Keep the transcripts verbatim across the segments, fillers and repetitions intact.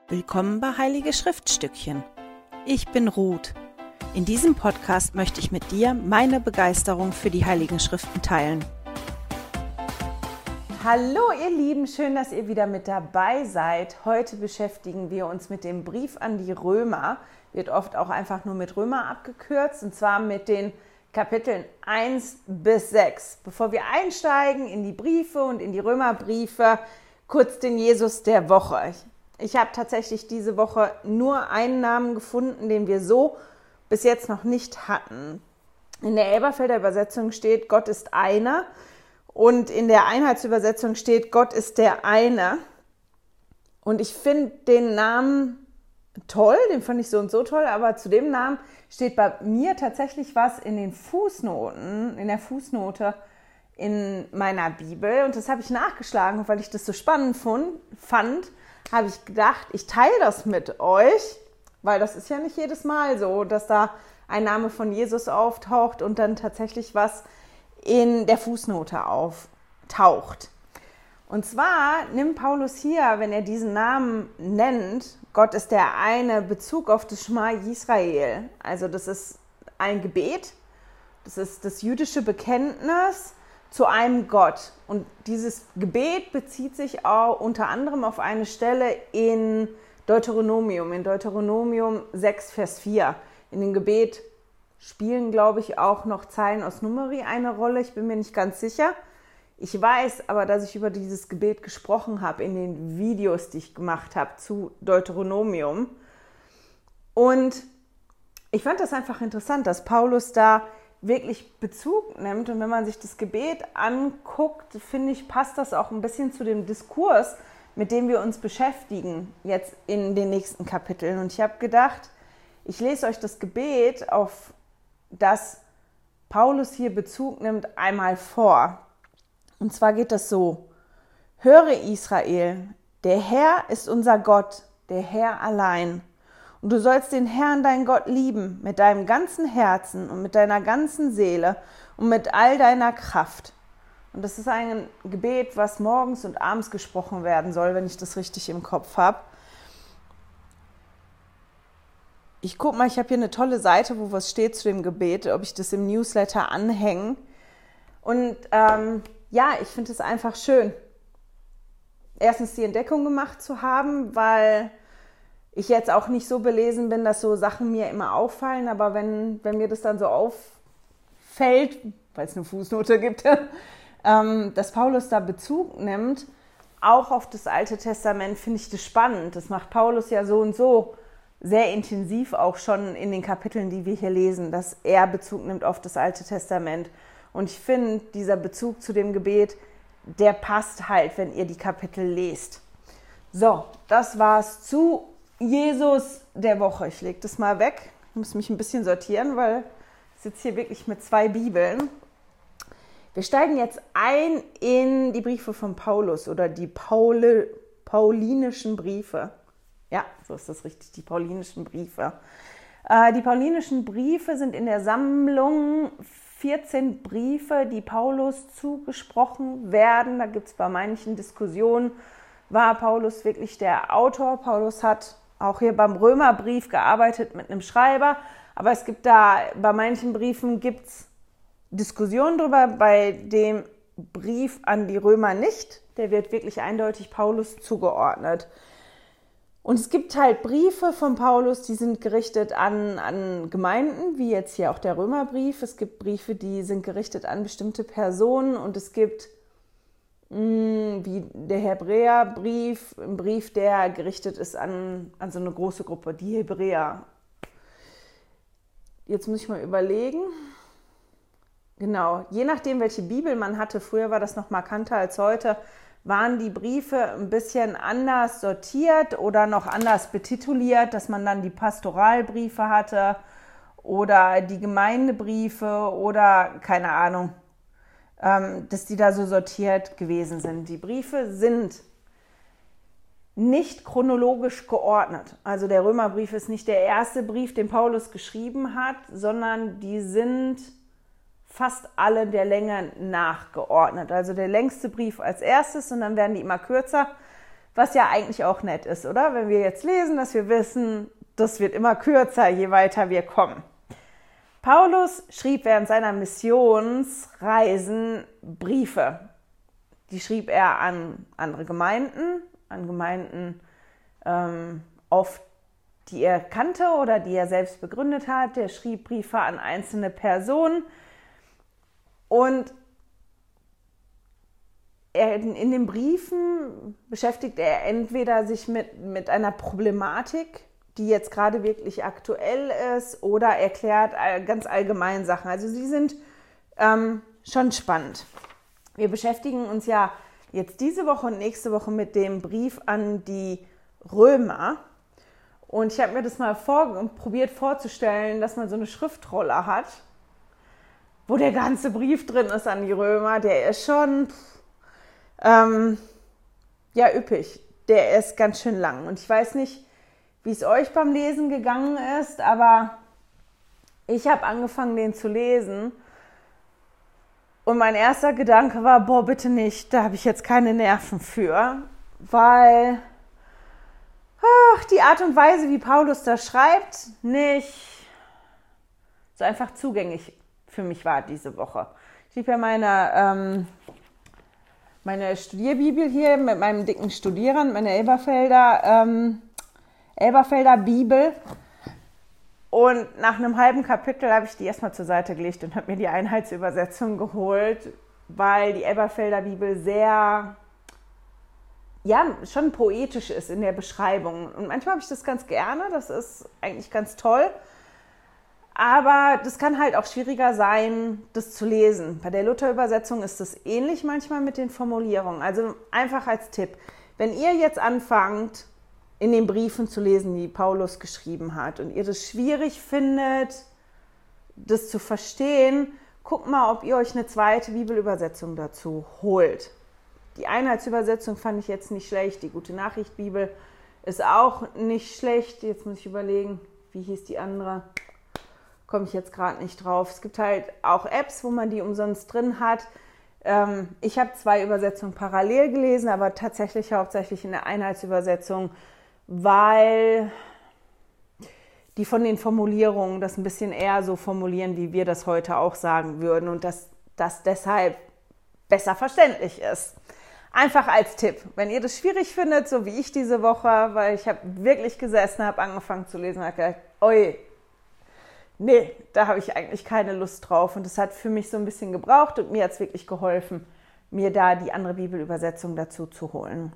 Willkommen bei Heilige Schriftstückchen. Ich bin Ruth. In diesem Podcast möchte ich mit dir meine Begeisterung für die Heiligen Schriften teilen. Hallo ihr Lieben, schön, dass ihr wieder mit dabei seid. Heute beschäftigen wir uns mit dem Brief an die Römer. Wird oft auch einfach nur mit Römer abgekürzt, und zwar mit den Kapiteln eins bis sechs. Bevor wir einsteigen in die Briefe und in die Römerbriefe, kurz den Jesus der Woche. Ich Ich habe tatsächlich diese Woche nur einen Namen gefunden, den wir so bis jetzt noch nicht hatten. In der Elberfelder Übersetzung steht, Gott ist einer, und in der Einheitsübersetzung steht, Gott ist der eine. Und ich finde den Namen toll, den fand ich so und so toll, aber zu dem Namen steht bei mir tatsächlich was in den Fußnoten, in der Fußnote in meiner Bibel. Und das habe ich nachgeschlagen, weil ich das so spannend fand. Habe ich gedacht, ich teile das mit euch, weil das ist ja nicht jedes Mal so, dass da ein Name von Jesus auftaucht und dann tatsächlich was in der Fußnote auftaucht. Und zwar nimmt Paulus hier, wenn er diesen Namen nennt, Gott ist der eine, Bezug auf das Schma Israel. Also das ist ein Gebet, das ist das jüdische Bekenntnis zu einem Gott. Und dieses Gebet bezieht sich auch unter anderem auf eine Stelle in Deuteronomium, in Deuteronomium sechs, Vers vier. In dem Gebet spielen, glaube ich, auch noch Zeilen aus Numeri eine Rolle. Ich bin mir nicht ganz sicher. Ich weiß aber, dass ich über dieses Gebet gesprochen habe in den Videos, die ich gemacht habe zu Deuteronomium. Und ich fand das einfach interessant, dass Paulus da wirklich Bezug nimmt. Und wenn man sich das Gebet anguckt, finde ich, passt das auch ein bisschen zu dem Diskurs, mit dem wir uns beschäftigen, jetzt in den nächsten Kapiteln. Und ich habe gedacht, ich lese euch das Gebet, auf das Paulus hier Bezug nimmt, einmal vor. Und zwar geht das so: Höre Israel, der Herr ist unser Gott, der Herr allein. Und du sollst den Herrn, dein Gott, lieben, mit deinem ganzen Herzen und mit deiner ganzen Seele und mit all deiner Kraft. Und das ist ein Gebet, was morgens und abends gesprochen werden soll, wenn ich das richtig im Kopf habe. Ich gucke mal, ich habe hier eine tolle Seite, wo was steht zu dem Gebet, ob ich das im Newsletter anhänge. Und ähm, ja, ich finde es einfach schön, erstens die Entdeckung gemacht zu haben, weil ich jetzt auch nicht so belesen bin, dass so Sachen mir immer auffallen, aber wenn, wenn mir das dann so auffällt, weil es eine Fußnote gibt, ähm, dass Paulus da Bezug nimmt, auch auf das Alte Testament, finde ich das spannend. Das macht Paulus ja so und so sehr intensiv auch schon in den Kapiteln, die wir hier lesen, dass er Bezug nimmt auf das Alte Testament. Und ich finde, dieser Bezug zu dem Gebet, der passt halt, wenn ihr die Kapitel lest. So, das war's zu Jesus der Woche. Ich lege das mal weg. Ich muss mich ein bisschen sortieren, weil ich sitze hier wirklich mit zwei Bibeln. Wir steigen jetzt ein in die Briefe von Paulus oder die Paul, paulinischen Briefe. Ja, so ist das richtig, die paulinischen Briefe. Äh, die paulinischen Briefe sind in der Sammlung vierzehn Briefe, die Paulus zugesprochen werden. Da gibt es bei manchen Diskussionen, war Paulus wirklich der Autor. Paulus hat auch hier beim Römerbrief gearbeitet mit einem Schreiber, aber es gibt da, bei manchen Briefen gibt es Diskussionen drüber, bei dem Brief an die Römer nicht. Der wird wirklich eindeutig Paulus zugeordnet. Und es gibt halt Briefe von Paulus, die sind gerichtet an, an Gemeinden, wie jetzt hier auch der Römerbrief. Es gibt Briefe, die sind gerichtet an bestimmte Personen, und es gibt wie der Hebräerbrief, ein Brief, der gerichtet ist an, an so eine große Gruppe, die Hebräer. Jetzt muss ich mal überlegen. Genau, je nachdem, welche Bibel man hatte, früher war das noch markanter als heute, waren die Briefe ein bisschen anders sortiert oder noch anders betituliert, dass man dann die Pastoralbriefe hatte oder die Gemeindebriefe oder keine Ahnung, dass die da so sortiert gewesen sind. Die Briefe sind nicht chronologisch geordnet. Also der Römerbrief ist nicht der erste Brief, den Paulus geschrieben hat, sondern die sind fast alle der Länge nachgeordnet. Also der längste Brief als erstes, und dann werden die immer kürzer, was ja eigentlich auch nett ist, oder? Wenn wir jetzt lesen, dass wir wissen, das wird immer kürzer, je weiter wir kommen. Paulus schrieb während seiner Missionsreisen Briefe. Die schrieb er an andere Gemeinden, an Gemeinden ähm, oft, die er kannte oder die er selbst begründet hat. Er schrieb Briefe an einzelne Personen. Und er, in den Briefen beschäftigt er entweder sich mit, mit einer Problematik, die jetzt gerade wirklich aktuell ist, oder erklärt ganz allgemein Sachen. Also sie sind ähm, schon spannend. Wir beschäftigen uns ja jetzt diese Woche und nächste Woche mit dem Brief an die Römer. Und ich habe mir das mal vor, probiert vorzustellen, dass man so eine Schriftrolle hat, wo der ganze Brief drin ist an die Römer. Der ist schon ähm, ja, üppig. Der ist ganz schön lang. Und ich weiß nicht, wie es euch beim Lesen gegangen ist, aber ich habe angefangen, den zu lesen. Und mein erster Gedanke war, boah, bitte nicht, da habe ich jetzt keine Nerven für, weil ach, die Art und Weise, wie Paulus das schreibt, nicht so einfach zugänglich für mich war diese Woche. Ich habe ja meine, ähm, meine Studierbibel hier mit meinem dicken Studierern, meine Elberfelder, ähm, Elberfelder Bibel. Und nach einem halben Kapitel habe ich die erstmal zur Seite gelegt und habe mir die Einheitsübersetzung geholt, weil die Elberfelder Bibel sehr, ja, schon poetisch ist in der Beschreibung. Und manchmal habe ich das ganz gerne, das ist eigentlich ganz toll. Aber das kann halt auch schwieriger sein, das zu lesen. Bei der Luther-Übersetzung ist das ähnlich manchmal mit den Formulierungen. Also einfach als Tipp, wenn ihr jetzt anfangt, in den Briefen zu lesen, die Paulus geschrieben hat, und ihr das schwierig findet, das zu verstehen, guckt mal, ob ihr euch eine zweite Bibelübersetzung dazu holt. Die Einheitsübersetzung fand ich jetzt nicht schlecht, die Gute-Nachricht-Bibel ist auch nicht schlecht. Jetzt muss ich überlegen, wie hieß die andere? Komme ich jetzt gerade nicht drauf. Es gibt halt auch Apps, wo man die umsonst drin hat. Ähm, ich habe zwei Übersetzungen parallel gelesen, aber tatsächlich hauptsächlich in der Einheitsübersetzung, weil die von den Formulierungen das ein bisschen eher so formulieren, wie wir das heute auch sagen würden, und dass das deshalb besser verständlich ist. Einfach als Tipp, wenn ihr das schwierig findet, so wie ich diese Woche, weil ich habe wirklich gesessen, habe angefangen zu lesen und habe gedacht, oi, nee, da habe ich eigentlich keine Lust drauf, und das hat für mich so ein bisschen gebraucht und mir hat es wirklich geholfen, mir da die andere Bibelübersetzung dazu zu holen.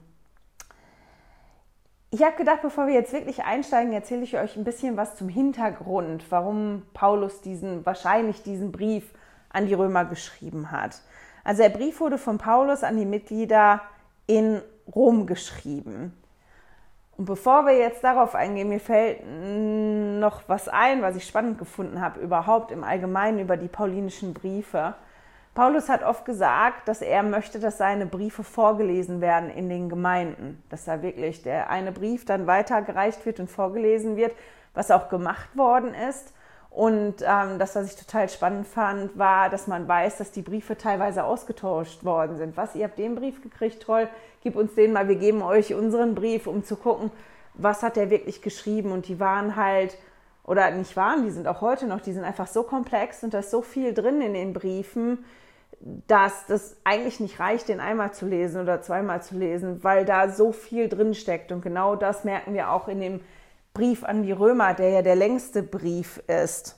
Ich habe gedacht, bevor wir jetzt wirklich einsteigen, erzähle ich euch ein bisschen was zum Hintergrund, warum Paulus diesen, wahrscheinlich diesen Brief an die Römer geschrieben hat. Also der Brief wurde von Paulus an die Mitglieder in Rom geschrieben. Und bevor wir jetzt darauf eingehen, mir fällt noch was ein, was ich spannend gefunden habe, überhaupt im Allgemeinen über die paulinischen Briefe. Paulus hat oft gesagt, dass er möchte, dass seine Briefe vorgelesen werden in den Gemeinden. Dass da wirklich der eine Brief dann weitergereicht wird und vorgelesen wird, was auch gemacht worden ist. Und ähm, das, was ich total spannend fand, war, dass man weiß, dass die Briefe teilweise ausgetauscht worden sind. Was, ihr habt den Brief gekriegt, toll, gib uns den mal, wir geben euch unseren Brief, um zu gucken, was hat der wirklich geschrieben. Und die waren halt, oder nicht waren, die sind auch heute noch, die sind einfach so komplex und da ist so viel drin in den Briefen, dass das eigentlich nicht reicht, den einmal zu lesen oder zweimal zu lesen, weil da so viel drin steckt. Und genau das merken wir auch in dem Brief an die Römer, der ja der längste Brief ist.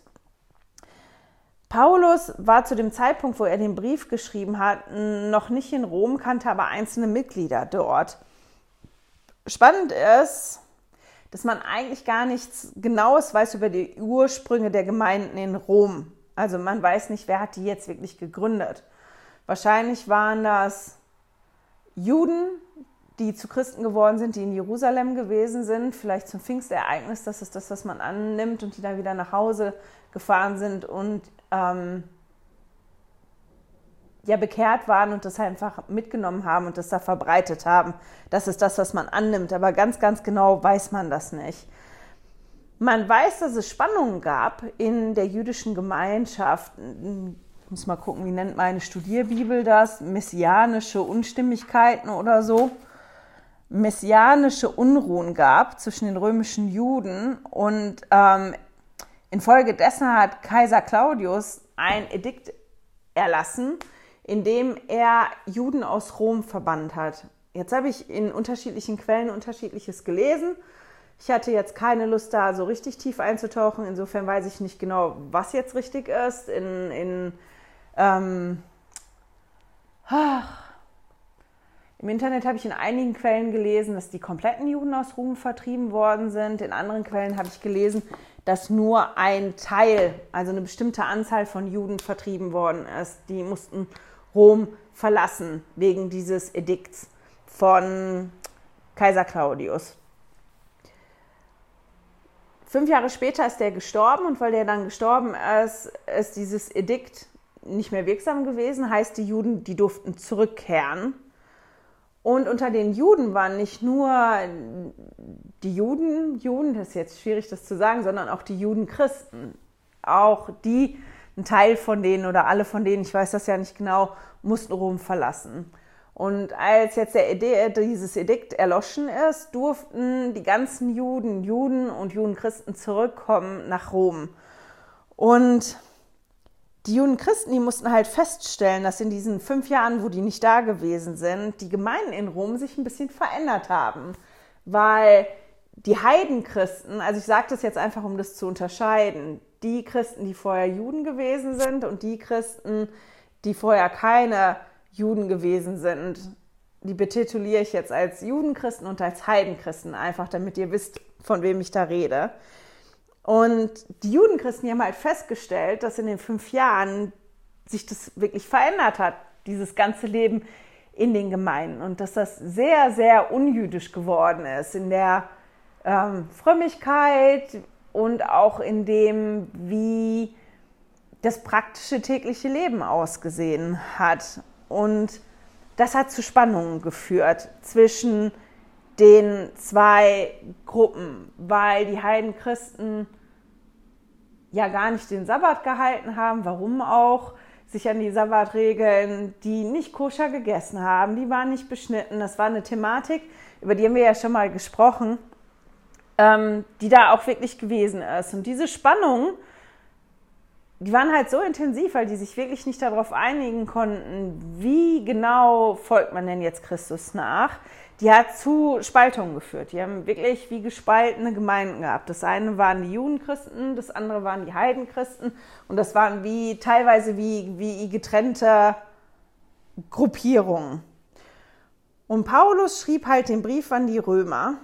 Paulus war zu dem Zeitpunkt, wo er den Brief geschrieben hat, noch nicht in Rom, kannte aber einzelne Mitglieder dort. Spannend ist, dass man eigentlich gar nichts Genaues weiß über die Ursprünge der Gemeinden in Rom. Also man weiß nicht, wer hat die jetzt wirklich gegründet. Wahrscheinlich waren das Juden, die zu Christen geworden sind, die in Jerusalem gewesen sind, vielleicht zum Pfingstereignis, das ist das, was man annimmt, und die dann wieder nach Hause gefahren sind und ähm, ja bekehrt waren und das einfach mitgenommen haben und das da verbreitet haben. Das ist das, was man annimmt, aber ganz, ganz genau weiß man das nicht. Man weiß, dass es Spannungen gab in der jüdischen Gemeinschaft. Ich muss mal gucken, wie nennt meine Studierbibel das? Messianische Unstimmigkeiten oder so. messianische Unruhen gab zwischen den römischen Juden und ähm, infolgedessen hat Kaiser Claudius ein Edikt erlassen, in dem er Juden aus Rom verbannt hat. Jetzt habe ich in unterschiedlichen Quellen Unterschiedliches gelesen. Ich hatte jetzt keine Lust, da so richtig tief einzutauchen. Insofern weiß ich nicht genau, was jetzt richtig ist. In, in, ähm, ach, Im Internet habe ich in einigen Quellen gelesen, dass die kompletten Juden aus Rom vertrieben worden sind. In anderen Quellen habe ich gelesen, dass nur ein Teil, also eine bestimmte Anzahl von Juden vertrieben worden ist. Die mussten Rom verlassen wegen dieses Edikts von Kaiser Claudius. Fünf Jahre später ist der gestorben und weil der dann gestorben ist, ist dieses Edikt nicht mehr wirksam gewesen. Heißt, die Juden, die durften zurückkehren. Und unter den Juden waren nicht nur die Juden, Juden, das ist jetzt schwierig, das zu sagen, sondern auch die Judenchristen. Auch die, ein Teil von denen oder alle von denen, ich weiß das ja nicht genau, mussten Rom verlassen. Und als jetzt der Ed- dieses Edikt erloschen ist, durften die ganzen Juden, Juden und Judenchristen zurückkommen nach Rom. Und die Judenchristen, die mussten halt feststellen, dass in diesen fünf Jahren, wo die nicht da gewesen sind, die Gemeinden in Rom sich ein bisschen verändert haben. Weil die Heidenchristen, also ich sage das jetzt einfach, um das zu unterscheiden, die Christen, die vorher Juden gewesen sind und die Christen, die vorher keine Juden gewesen sind, die betituliere ich jetzt als Judenchristen und als Heidenchristen, einfach damit ihr wisst, von wem ich da rede. Und die Judenchristen, die haben halt festgestellt, dass in den fünf Jahren sich das wirklich verändert hat, dieses ganze Leben in den Gemeinden. Und dass das sehr, sehr unjüdisch geworden ist in der ähm, Frömmigkeit und auch in dem, wie das praktische tägliche Leben ausgesehen hat. Und das hat zu Spannungen geführt zwischen den zwei Gruppen, weil die Heidenchristen ja gar nicht den Sabbat gehalten haben, warum auch, sich an die Sabbatregeln, die nicht koscher gegessen haben, die waren nicht beschnitten, das war eine Thematik, über die haben wir ja schon mal gesprochen, ähm, die da auch wirklich gewesen ist. Und diese Spannungen, die waren halt so intensiv, weil die sich wirklich nicht darauf einigen konnten, wie genau folgt man denn jetzt Christus nach. Die hat zu Spaltungen geführt. Die haben wirklich wie gespaltene Gemeinden gehabt. Das eine waren die Judenchristen, das andere waren die Heidenchristen und das waren wie teilweise wie, wie getrennte Gruppierungen. Und Paulus schrieb halt den Brief an die Römer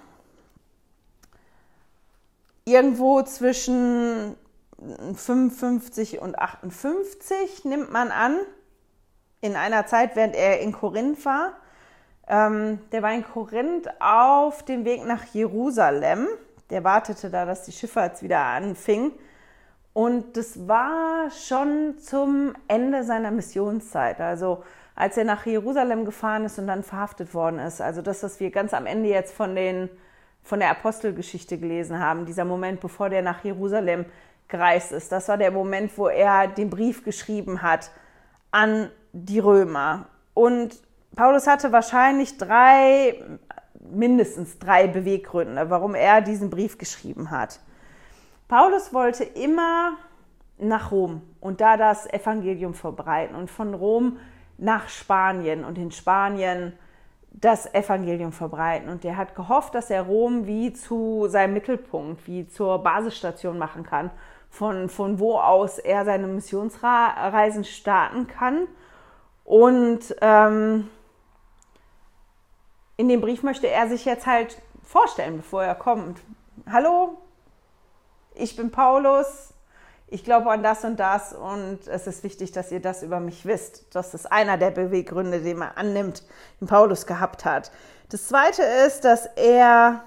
irgendwo zwischen fünfundfünfzig und achtundfünfzig, nimmt man an, in einer Zeit, während er in Korinth war. Ähm, der war in Korinth auf dem Weg nach Jerusalem. Der wartete da, dass die Schifffahrt wieder anfing. Und das war schon zum Ende seiner Missionszeit. Also als er nach Jerusalem gefahren ist und dann verhaftet worden ist. Also das, was wir ganz am Ende jetzt von, den, von der Apostelgeschichte gelesen haben. Dieser Moment, bevor der nach Jerusalem gereist ist. Das war der Moment, wo er den Brief geschrieben hat an die Römer. Und Paulus hatte wahrscheinlich drei, mindestens drei Beweggründe, warum er diesen Brief geschrieben hat. Paulus wollte immer nach Rom und da das Evangelium verbreiten und von Rom nach Spanien und in Spanien das Evangelium verbreiten. Und er hat gehofft, dass er Rom wie zu seinem Mittelpunkt, wie zur Basisstation machen kann, von, von wo aus er seine Missionsreisen starten kann. Und ähm, in dem Brief möchte er sich jetzt halt vorstellen, bevor er kommt. Hallo, ich bin Paulus, ich glaube an das und das und es ist wichtig, dass ihr das über mich wisst. Das ist einer der Beweggründe, den man annimmt, den Paulus gehabt hat. Das Zweite ist, dass er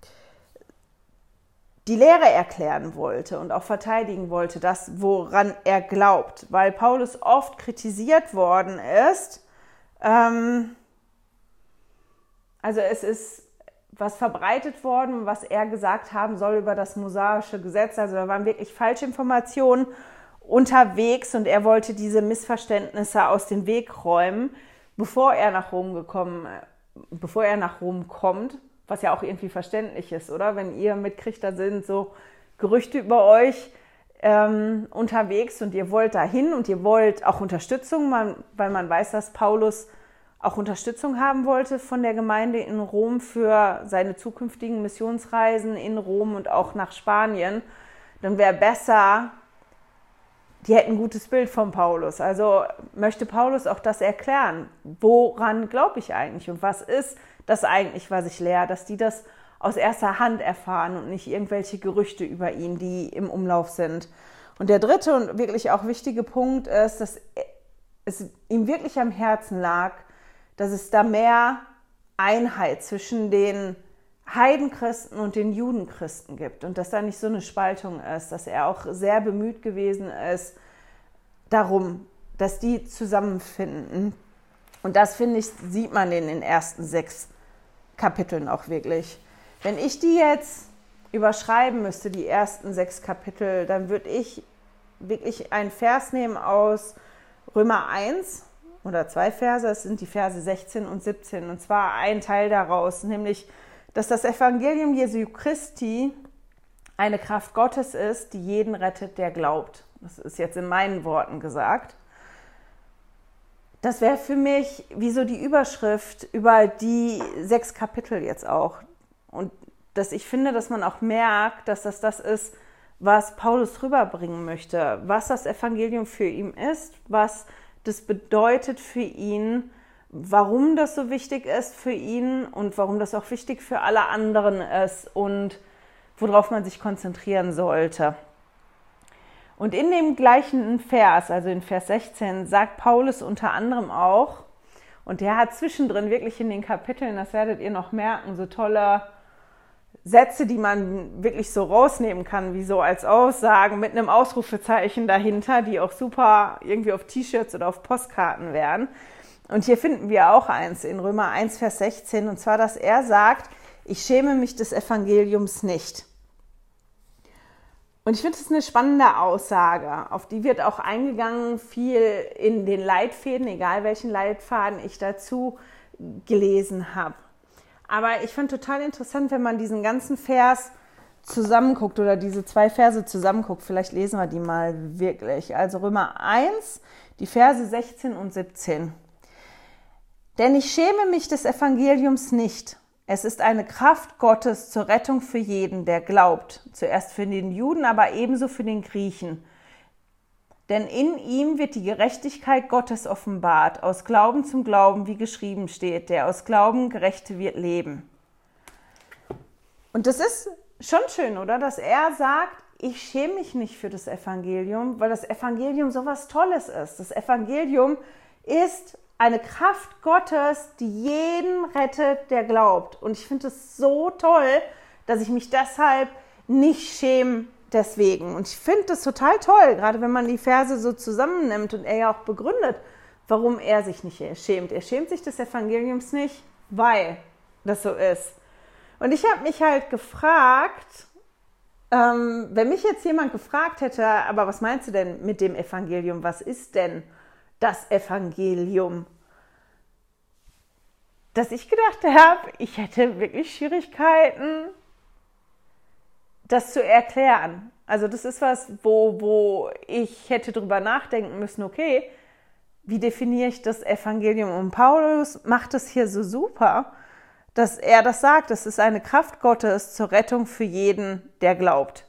die Lehre erklären wollte und auch verteidigen wollte, das, woran er glaubt. Weil Paulus oft kritisiert worden ist. Ähm, also es ist was verbreitet worden, was er gesagt haben soll über das mosaische Gesetz. Also da waren wirklich Falschinformationen unterwegs und er wollte diese Missverständnisse aus dem Weg räumen, bevor er nach Rom gekommen bevor er nach Rom kommt, was ja auch irgendwie verständlich ist, oder? Wenn ihr mitkriegt, da sind so Gerüchte über euch ähm, unterwegs und ihr wollt dahin und ihr wollt auch Unterstützung, man, weil man weiß, dass Paulus auch Unterstützung haben wollte von der Gemeinde in Rom für seine zukünftigen Missionsreisen in Rom und auch nach Spanien, dann wäre besser, die hätten ein gutes Bild von Paulus. Also möchte Paulus auch das erklären, woran glaube ich eigentlich und was ist das eigentlich, was ich lehre, dass die das aus erster Hand erfahren und nicht irgendwelche Gerüchte über ihn, die im Umlauf sind. Und der dritte und wirklich auch wichtige Punkt ist, dass es ihm wirklich am Herzen lag, dass es da mehr Einheit zwischen den Heidenchristen und den Judenchristen gibt und dass da nicht so eine Spaltung ist, dass er auch sehr bemüht gewesen ist darum, dass die zusammenfinden. Und das, finde ich, sieht man in den ersten sechs Kapiteln auch wirklich. Wenn ich die jetzt überschreiben müsste, die ersten sechs Kapitel, dann würde ich wirklich einen Vers nehmen aus Römer eins oder zwei Verse, es sind die Verse sechzehn und siebzehn, und zwar ein Teil daraus, nämlich, dass das Evangelium Jesu Christi eine Kraft Gottes ist, die jeden rettet, der glaubt. Das ist jetzt in meinen Worten gesagt. Das wäre für mich wie so die Überschrift über die sechs Kapitel jetzt auch. Und dass ich finde, dass man auch merkt, dass das das ist, was Paulus rüberbringen möchte, was das Evangelium für ihn ist, was das bedeutet für ihn, warum das so wichtig ist für ihn und warum das auch wichtig für alle anderen ist und worauf man sich konzentrieren sollte. Und in dem gleichen Vers, also in Vers sechzehn, sagt Paulus unter anderem auch, und der hat zwischendrin wirklich in den Kapiteln, das werdet ihr noch merken, so tolle Sätze, die man wirklich so rausnehmen kann, wie so als Aussagen mit einem Ausrufezeichen dahinter, die auch super irgendwie auf T-Shirts oder auf Postkarten wären. Und hier finden wir auch eins in Römer eins, Vers sechzehn, und zwar, dass er sagt, ich schäme mich des Evangeliums nicht. Und ich finde, das ist eine spannende Aussage, auf die wird auch eingegangen, viel in den Leitfäden, egal welchen Leitfaden ich dazu gelesen habe. Aber ich finde total interessant, wenn man diesen ganzen Vers zusammenguckt oder diese zwei Verse zusammenguckt. Vielleicht lesen wir die mal wirklich. Also Römer eins, die Verse sechzehn und siebzehn. Denn ich schäme mich des Evangeliums nicht. Es ist eine Kraft Gottes zur Rettung für jeden, der glaubt. Zuerst für den Juden, aber ebenso für den Griechen. Denn in ihm wird die Gerechtigkeit Gottes offenbart, aus Glauben zum Glauben, wie geschrieben steht, der aus Glauben Gerechte wird leben. Und das ist schon schön, oder? Dass er sagt, ich schäme mich nicht für das Evangelium, weil das Evangelium so was Tolles ist. Das Evangelium ist eine Kraft Gottes, die jeden rettet, der glaubt. Und ich finde es so toll, dass ich mich deshalb nicht schäme deswegen. Und ich finde das total toll, gerade wenn man die Verse so zusammennimmt und er ja auch begründet, warum er sich nicht schämt. Er schämt sich des Evangeliums nicht, weil das so ist. Und ich habe mich halt gefragt, ähm, wenn mich jetzt jemand gefragt hätte, aber was meinst du denn mit dem Evangelium? Was ist denn das Evangelium? Dass ich gedacht habe, ich hätte wirklich Schwierigkeiten, das zu erklären. Also das ist was, wo, wo ich hätte drüber nachdenken müssen, okay, wie definiere ich das Evangelium? Und Paulus macht es hier so super, dass er das sagt, es ist eine Kraft Gottes zur Rettung für jeden, der glaubt.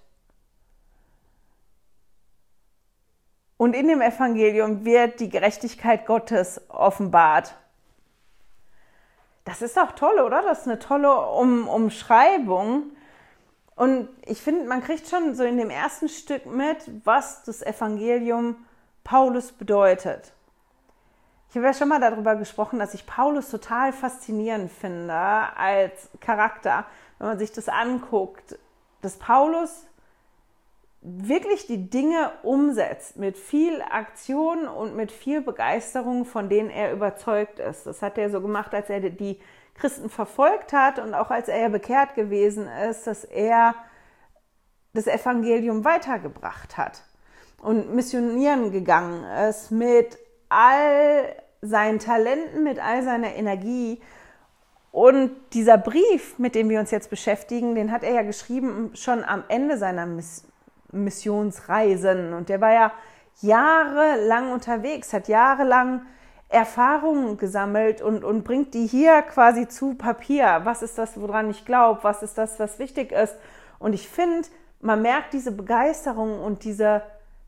Und in dem Evangelium wird die Gerechtigkeit Gottes offenbart. Das ist auch toll, oder? Das ist eine tolle um, Umschreibung. Und ich finde, man kriegt schon so in dem ersten Stück mit, was das Evangelium Paulus bedeutet. Ich habe ja schon mal darüber gesprochen, dass ich Paulus total faszinierend finde als Charakter, wenn man sich das anguckt, dass Paulus wirklich die Dinge umsetzt mit viel Aktion und mit viel Begeisterung, von denen er überzeugt ist. Das hat er so gemacht, als er die Christen verfolgt hat und auch als er bekehrt gewesen ist, dass er das Evangelium weitergebracht hat und missionieren gegangen ist mit all seinen Talenten, mit all seiner Energie Und dieser Brief, mit dem wir uns jetzt beschäftigen, den hat er ja geschrieben schon am Ende seiner Miss- Missionsreisen. Und der war ja jahrelang unterwegs, hat jahrelang Erfahrungen gesammelt und, und bringt die hier quasi zu Papier. Was ist das, woran ich glaube? Was ist das, was wichtig ist? Und ich finde, man merkt diese Begeisterung und diese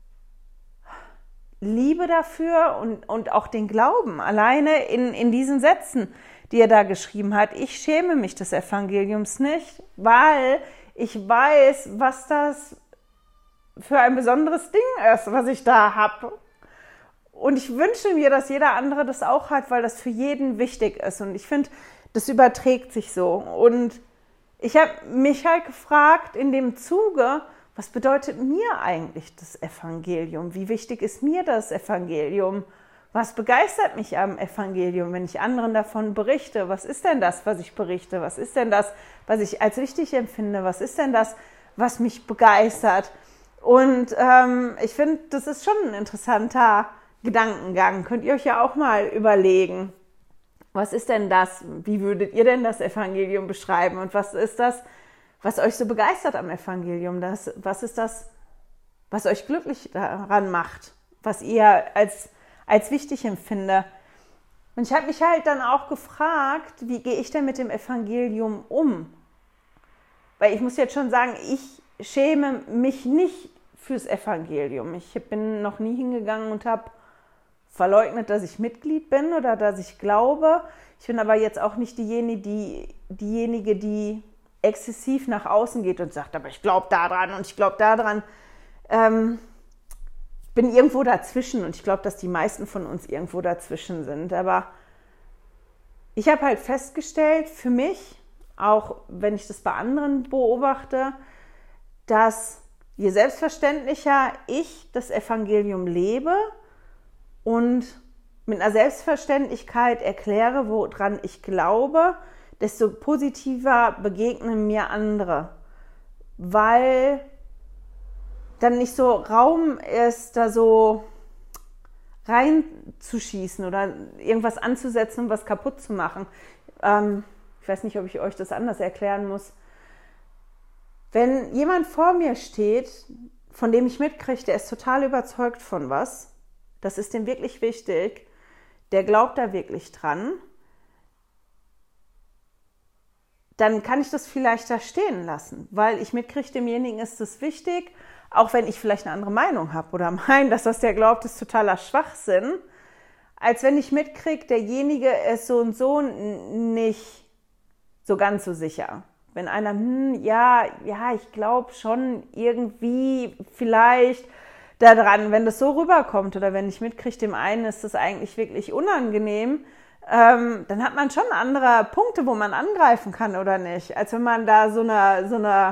Liebe dafür und, und auch den Glauben alleine in, in diesen Sätzen, die er da geschrieben hat. Ich schäme mich des Evangeliums nicht, weil ich weiß, was das für ein besonderes Ding ist, was ich da habe. Und ich wünsche mir, dass jeder andere das auch hat, weil das für jeden wichtig ist. Und ich finde, das überträgt sich so. Und ich habe mich halt gefragt in dem Zuge, was bedeutet mir eigentlich das Evangelium? Wie wichtig ist mir das Evangelium? Was begeistert mich am Evangelium, wenn ich anderen davon berichte? Was ist denn das, was ich berichte? Was ist denn das, was ich als wichtig empfinde? Was ist denn das, was mich begeistert? Und ähm, ich finde, das ist schon ein interessanter Gedankengang. Könnt ihr euch ja auch mal überlegen, was ist denn das? Wie würdet ihr denn das Evangelium beschreiben? Und was ist das, was euch so begeistert am Evangelium? Das, was ist das, was euch glücklich daran macht? Was ihr als, als wichtig empfindet? Und ich habe mich halt dann auch gefragt, wie gehe ich denn mit dem Evangelium um? Weil ich muss jetzt schon sagen, ich schäme mich nicht fürs Evangelium. Ich bin noch nie hingegangen und habe verleugnet, dass ich Mitglied bin oder dass ich glaube. Ich bin aber jetzt auch nicht diejenige, die, diejenige, die exzessiv nach außen geht und sagt, aber ich glaube daran und ich glaube daran. Ähm, bin irgendwo dazwischen und ich glaube, dass die meisten von uns irgendwo dazwischen sind. Aber ich habe halt festgestellt, für mich, auch wenn ich das bei anderen beobachte, dass je selbstverständlicher ich das Evangelium lebe und mit einer Selbstverständlichkeit erkläre, woran ich glaube, desto positiver begegnen mir andere, weil dann nicht so Raum ist, da so reinzuschießen oder irgendwas anzusetzen, um was kaputt zu machen. Ähm, ich weiß nicht, ob ich euch das anders erklären muss. Wenn jemand vor mir steht, von dem ich mitkriege, der ist total überzeugt von was, das ist dem wirklich wichtig, der glaubt da wirklich dran, dann kann ich das vielleicht da stehen lassen, weil ich mitkriege, demjenigen ist es wichtig, auch wenn ich vielleicht eine andere Meinung habe oder meine, dass das der glaubt, ist totaler Schwachsinn, als wenn ich mitkriege, derjenige ist so und so nicht so ganz so sicher. Wenn einer, hm, ja, ja, ich glaube schon irgendwie vielleicht daran, wenn das so rüberkommt oder wenn ich mitkriege, dem einen ist das eigentlich wirklich unangenehm, ähm, dann hat man schon andere Punkte, wo man angreifen kann oder nicht, als wenn man da so eine, so eine,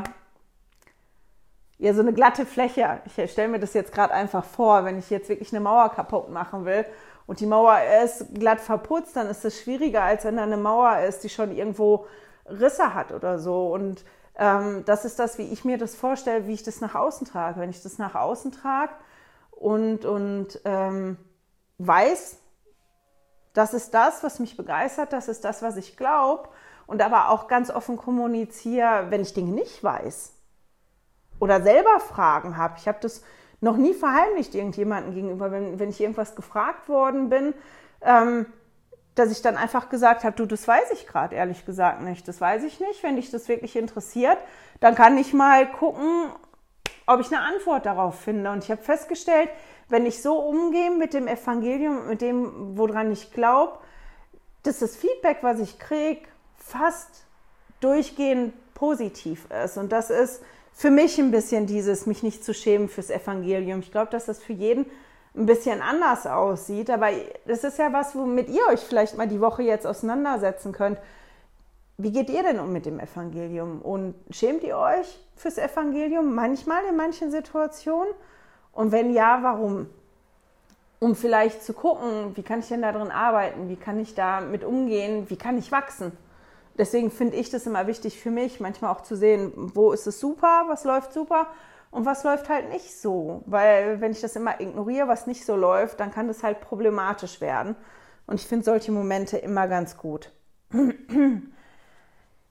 ja, so eine glatte Fläche, ich stelle mir das jetzt gerade einfach vor, wenn ich jetzt wirklich eine Mauer kaputt machen will und die Mauer ist glatt verputzt, dann ist es schwieriger, als wenn da eine Mauer ist, die schon irgendwo Risse hat oder so. Und ähm, das ist das, wie ich mir das vorstelle, wie ich das nach außen trage. Wenn ich das nach außen trage und, und ähm, weiß, das ist das, was mich begeistert, das ist das, was ich glaube und aber auch ganz offen kommuniziere, wenn ich Dinge nicht weiß oder selber Fragen habe. Ich habe das noch nie verheimlicht irgendjemandem gegenüber, wenn, wenn ich irgendwas gefragt worden bin, ähm, dass ich dann einfach gesagt habe, du, das weiß ich gerade ehrlich gesagt nicht, das weiß ich nicht. Wenn dich das wirklich interessiert, dann kann ich mal gucken, ob ich eine Antwort darauf finde. Und ich habe festgestellt, wenn ich so umgehe mit dem Evangelium, mit dem, woran ich glaube, dass das Feedback, was ich kriege, fast durchgehend positiv ist. Und das ist für mich ein bisschen dieses, mich nicht zu schämen fürs Evangelium. Ich glaube, dass das für jeden ein bisschen anders aussieht, aber das ist ja was, womit ihr euch vielleicht mal die Woche jetzt auseinandersetzen könnt. Wie geht ihr denn um mit dem Evangelium? Und schämt ihr euch fürs Evangelium manchmal in manchen Situationen? Und wenn ja, warum? Um vielleicht zu gucken, wie kann ich denn da drin arbeiten? Wie kann ich damit umgehen? Wie kann ich wachsen? Deswegen finde ich das immer wichtig für mich, manchmal auch zu sehen, wo ist es super, was läuft super und was läuft halt nicht so. Weil wenn ich das immer ignoriere, was nicht so läuft, dann kann das halt problematisch werden. Und ich finde solche Momente immer ganz gut.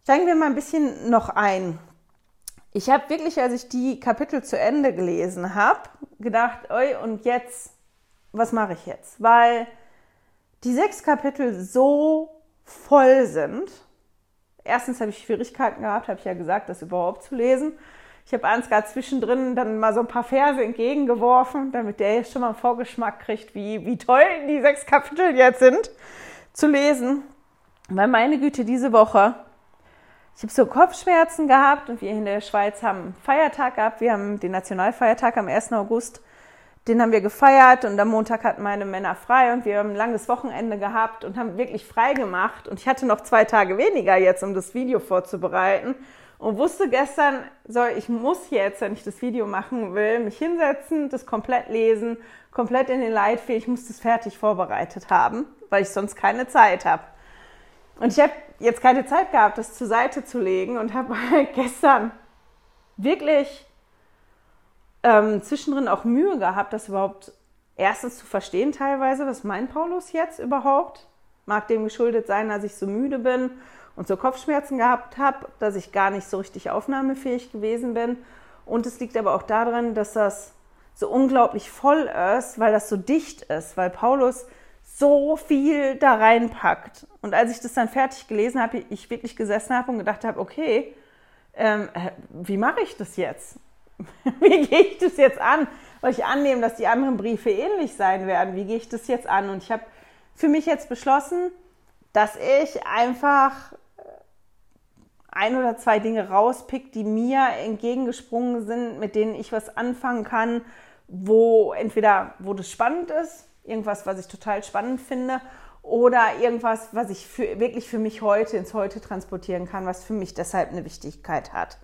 Steigen wir mal ein bisschen noch ein. Ich habe wirklich, als ich die Kapitel zu Ende gelesen habe, gedacht, oi, und jetzt, was mache ich jetzt? Weil die sechs Kapitel so voll sind. Erstens habe ich Schwierigkeiten gehabt, habe ich ja gesagt, das überhaupt zu lesen. Ich habe Ansgar zwischendrin dann mal so ein paar Verse entgegengeworfen, damit der jetzt schon mal einen Vorgeschmack kriegt, wie, wie toll die sechs Kapitel jetzt sind, zu lesen. Weil meine Güte, diese Woche, ich habe so Kopfschmerzen gehabt und wir in der Schweiz haben einen Feiertag gehabt. Wir haben den Nationalfeiertag am ersten August. Den haben wir gefeiert und am Montag hatten meine Männer frei und wir haben ein langes Wochenende gehabt und haben wirklich frei gemacht. Und ich hatte noch zwei Tage weniger jetzt, um das Video vorzubereiten und wusste gestern, so, ich muss jetzt, wenn ich das Video machen will, mich hinsetzen, das komplett lesen, komplett in den Leitfaden. Ich muss das fertig vorbereitet haben, weil ich sonst keine Zeit habe. Und ich habe jetzt keine Zeit gehabt, das zur Seite zu legen und habe gestern wirklich ähm, zwischendrin auch Mühe gehabt, das überhaupt erstens zu verstehen teilweise, was meint Paulus jetzt überhaupt? Mag dem geschuldet sein, dass ich so müde bin und so Kopfschmerzen gehabt habe, dass ich gar nicht so richtig aufnahmefähig gewesen bin. Und es liegt aber auch daran, dass das so unglaublich voll ist, weil das so dicht ist, weil Paulus so viel da reinpackt. Und als ich das dann fertig gelesen habe, ich wirklich gesessen habe und gedacht habe, okay, ähm, wie mache ich das jetzt? Wie gehe ich das jetzt an? Weil ich annehme, dass die anderen Briefe ähnlich sein werden. Wie gehe ich das jetzt an? Und ich habe für mich jetzt beschlossen, dass ich einfach ein oder zwei Dinge rauspick, die mir entgegengesprungen sind, mit denen ich was anfangen kann, wo entweder, wo das spannend ist, irgendwas, was ich total spannend finde, oder irgendwas, was ich für, wirklich für mich heute ins Heute transportieren kann, was für mich deshalb eine Wichtigkeit hat.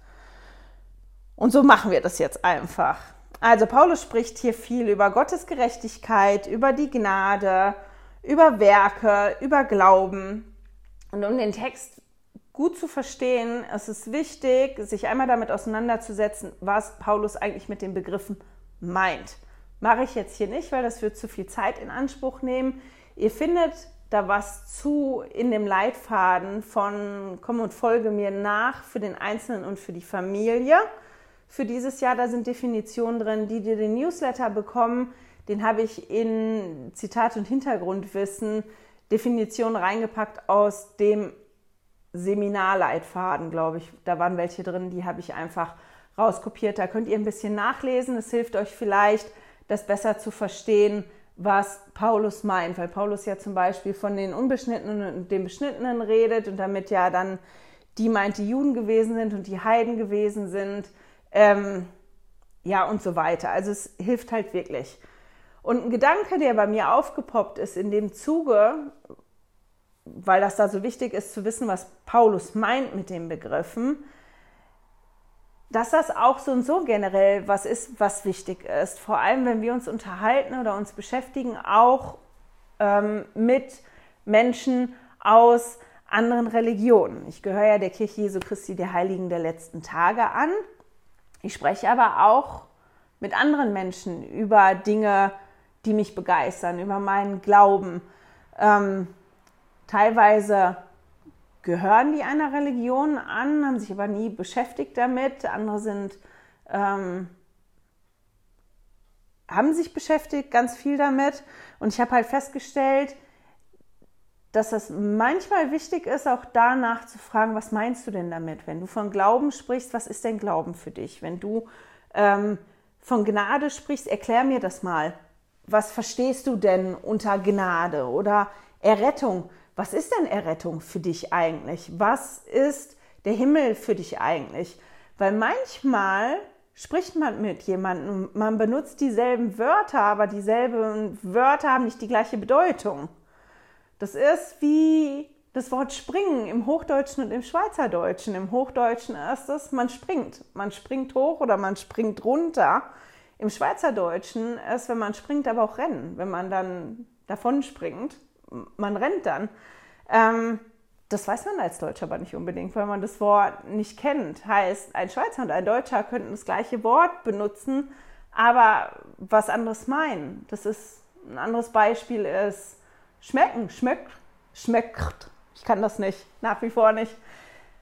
Und so machen wir das jetzt einfach. Also Paulus spricht hier viel über Gottes Gerechtigkeit, über die Gnade, über Werke, über Glauben. Und um den Text gut zu verstehen, ist es wichtig, sich einmal damit auseinanderzusetzen, was Paulus eigentlich mit den Begriffen meint. Mache ich jetzt hier nicht, weil das wird zu viel Zeit in Anspruch nehmen. Ihr findet da was zu in dem Leitfaden von Komm und folge mir nach für den Einzelnen und für die Familie. Für dieses Jahr, da sind Definitionen drin, die dir den Newsletter bekommen. Den habe ich in Zitat und Hintergrundwissen Definitionen reingepackt aus dem Seminarleitfaden, glaube ich. Da waren welche drin, die habe ich einfach rauskopiert. Da könnt ihr ein bisschen nachlesen. Es hilft euch vielleicht, das besser zu verstehen, was Paulus meint. Weil Paulus ja zum Beispiel von den Unbeschnittenen und den Beschnittenen redet und damit ja dann die meint, die Juden gewesen sind und die Heiden gewesen sind. Ähm, ja, und so weiter. Also es hilft halt wirklich. Und ein Gedanke, der bei mir aufgepoppt ist in dem Zuge, weil das da so wichtig ist zu wissen, was Paulus meint mit den Begriffen, dass das auch so und so generell was ist, was wichtig ist. Vor allem, wenn wir uns unterhalten oder uns beschäftigen, auch ähm, mit Menschen aus anderen Religionen. Ich gehöre ja der Kirche Jesu Christi der Heiligen der letzten Tage an. Ich spreche aber auch mit anderen Menschen über Dinge, die mich begeistern, über meinen Glauben. Ähm, teilweise gehören die einer Religion an, haben sich aber nie beschäftigt damit. Andere sind, ähm, haben sich beschäftigt, ganz viel damit. Und ich habe halt festgestellt, dass es manchmal wichtig ist, auch danach zu fragen, was meinst du denn damit? Wenn du von Glauben sprichst, was ist denn Glauben für dich? Wenn du ähm, von Gnade sprichst, erklär mir das mal. Was verstehst du denn unter Gnade oder Errettung? Was ist denn Errettung für dich eigentlich? Was ist der Himmel für dich eigentlich? Weil manchmal spricht man mit jemandem, man benutzt dieselben Wörter, aber dieselben Wörter haben nicht die gleiche Bedeutung. Das ist wie das Wort springen im Hochdeutschen und im Schweizerdeutschen. Im Hochdeutschen ist es, man springt. Man springt hoch oder man springt runter. Im Schweizerdeutschen ist, wenn man springt, aber auch rennen. Wenn man dann davon springt, man rennt dann. Ähm, das weiß man als Deutscher aber nicht unbedingt, weil man das Wort nicht kennt. Heißt, ein Schweizer und ein Deutscher könnten das gleiche Wort benutzen, aber was anderes meinen. Das ist, ein anderes Beispiel ist schmecken, schmeckt, schmeckt. Ich kann das nicht, nach wie vor nicht.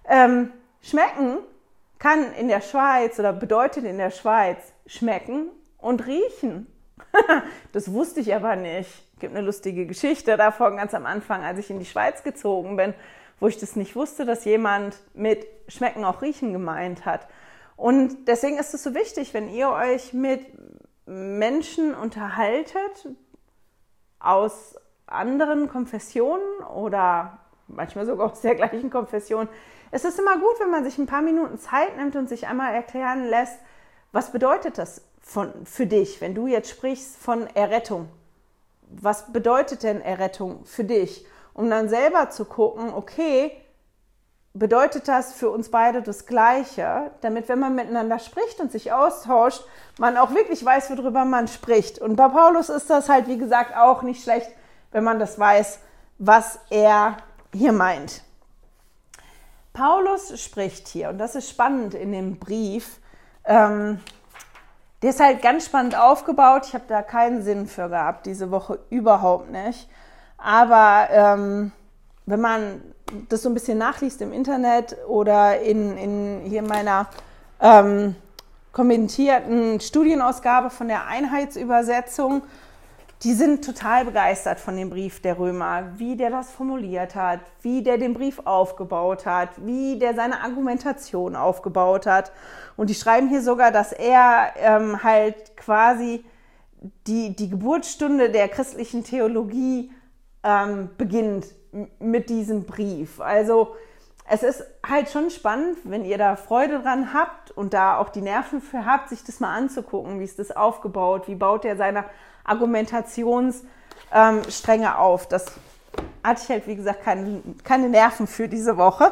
Ähm, schmecken kann in der Schweiz oder bedeutet in der Schweiz schmecken und riechen. Das wusste ich aber nicht. Es gibt eine lustige Geschichte davon ganz am Anfang, als ich in die Schweiz gezogen bin, wo ich das nicht wusste, dass jemand mit schmecken auch riechen gemeint hat. Und deswegen ist es so wichtig, wenn ihr euch mit Menschen unterhaltet aus anderen Konfessionen oder manchmal sogar aus der gleichen Konfession. Es ist immer gut, wenn man sich ein paar Minuten Zeit nimmt und sich einmal erklären lässt, was bedeutet das von, für dich, wenn du jetzt sprichst von Errettung. Was bedeutet denn Errettung für dich? Um dann selber zu gucken, okay, bedeutet das für uns beide das Gleiche, damit, wenn man miteinander spricht und sich austauscht, man auch wirklich weiß, worüber man spricht. Und bei Paulus ist das halt, wie gesagt, auch nicht schlecht, wenn man das weiß, was er hier meint. Paulus spricht hier, und das ist spannend in dem Brief, ähm, der ist halt ganz spannend aufgebaut. Ich habe da keinen Sinn für gehabt, diese Woche überhaupt nicht. Aber ähm, wenn man das so ein bisschen nachliest im Internet oder in, in hier meiner ähm, kommentierten Studienausgabe von der Einheitsübersetzung, die sind total begeistert von dem Brief der Römer, wie der das formuliert hat, wie der den Brief aufgebaut hat, wie der seine Argumentation aufgebaut hat. Und die schreiben hier sogar, dass er ähm, halt quasi die, die Geburtsstunde der christlichen Theologie ähm, beginnt mit diesem Brief. Also es ist halt schon spannend, wenn ihr da Freude dran habt und da auch die Nerven für habt, sich das mal anzugucken, wie ist das aufgebaut, wie baut er seine Argumentationsstränge ähm, auf. Das hatte ich halt, wie gesagt, keine, keine Nerven für diese Woche.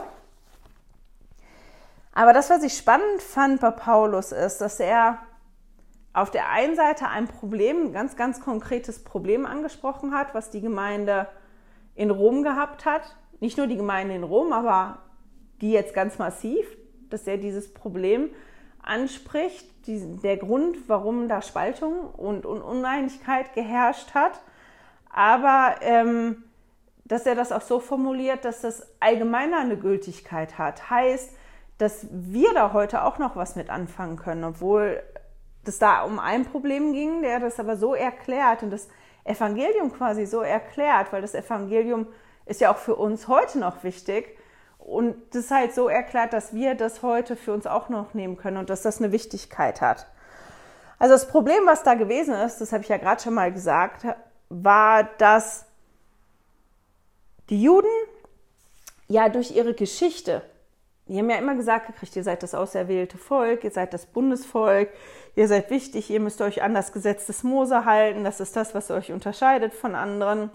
Aber das, was ich spannend fand bei Paulus, ist, dass er auf der einen Seite ein Problem, ein ganz, ganz konkretes Problem angesprochen hat, was die Gemeinde in Rom gehabt hat. Nicht nur die Gemeinde in Rom, aber die jetzt ganz massiv, dass er dieses Problem anspricht, die, der Grund, warum da Spaltung und, und Uneinigkeit geherrscht hat, aber ähm, dass er das auch so formuliert, dass das allgemeiner eine Gültigkeit hat. Heißt, dass wir da heute auch noch was mit anfangen können, obwohl das da um ein Problem ging, der das aber so erklärt und das Evangelium quasi so erklärt, weil das Evangelium ist ja auch für uns heute noch wichtig und das halt so erklärt, dass wir das heute für uns auch noch nehmen können und dass das eine Wichtigkeit hat. Also das Problem, was da gewesen ist, das habe ich ja gerade schon mal gesagt, war, dass die Juden ja durch ihre Geschichte, die haben ja immer gesagt gekriegt, ihr seid das auserwählte Volk, ihr seid das Bundesvolk, ihr seid wichtig, ihr müsst euch an das Gesetz des Mose halten, das ist das, was euch unterscheidet von anderen.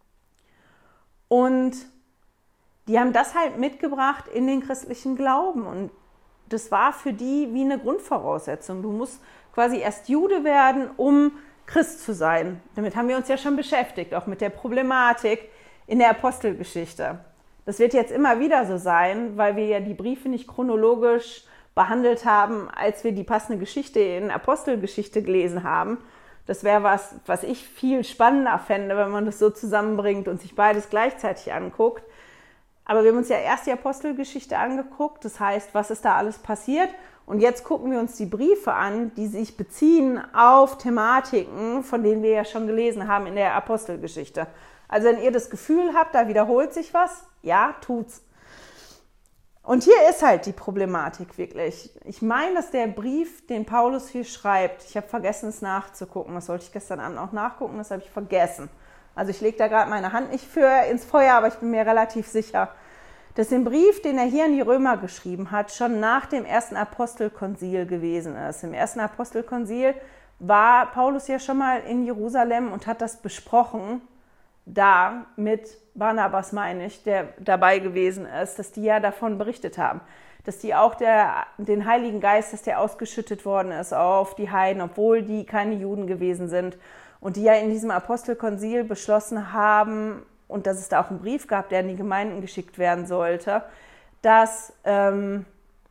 Und die haben das halt mitgebracht in den christlichen Glauben und das war für die wie eine Grundvoraussetzung. Du musst quasi erst Jude werden, um Christ zu sein. Damit haben wir uns ja schon beschäftigt, auch mit der Problematik in der Apostelgeschichte. Das wird jetzt immer wieder so sein, weil wir ja die Briefe nicht chronologisch behandelt haben, als wir die passende Geschichte in Apostelgeschichte gelesen haben. Das wäre was, was ich viel spannender fände, wenn man das so zusammenbringt und sich beides gleichzeitig anguckt. Aber wir haben uns ja erst die Apostelgeschichte angeguckt, das heißt, was ist da alles passiert? Und jetzt gucken wir uns die Briefe an, die sich beziehen auf Thematiken, von denen wir ja schon gelesen haben in der Apostelgeschichte. Also wenn ihr das Gefühl habt, da wiederholt sich was, ja, tut's. Und hier ist halt die Problematik wirklich. Ich meine, dass der Brief, den Paulus hier schreibt, ich habe vergessen, es nachzugucken, das wollte ich gestern Abend auch nachgucken, das habe ich vergessen. Also ich lege da gerade meine Hand nicht für ins Feuer, aber ich bin mir relativ sicher, dass den Brief, den er hier an die Römer geschrieben hat, schon nach dem ersten Apostelkonzil gewesen ist. Im ersten Apostelkonzil war Paulus ja schon mal in Jerusalem und hat das besprochen, da mit Barnabas, meine ich, der dabei gewesen ist, dass die ja davon berichtet haben, dass die auch der, den Heiligen Geist, dass der ausgeschüttet worden ist auf die Heiden, obwohl die keine Juden gewesen sind und die ja in diesem Apostelkonzil beschlossen haben und dass es da auch einen Brief gab, der in die Gemeinden geschickt werden sollte, dass, ähm,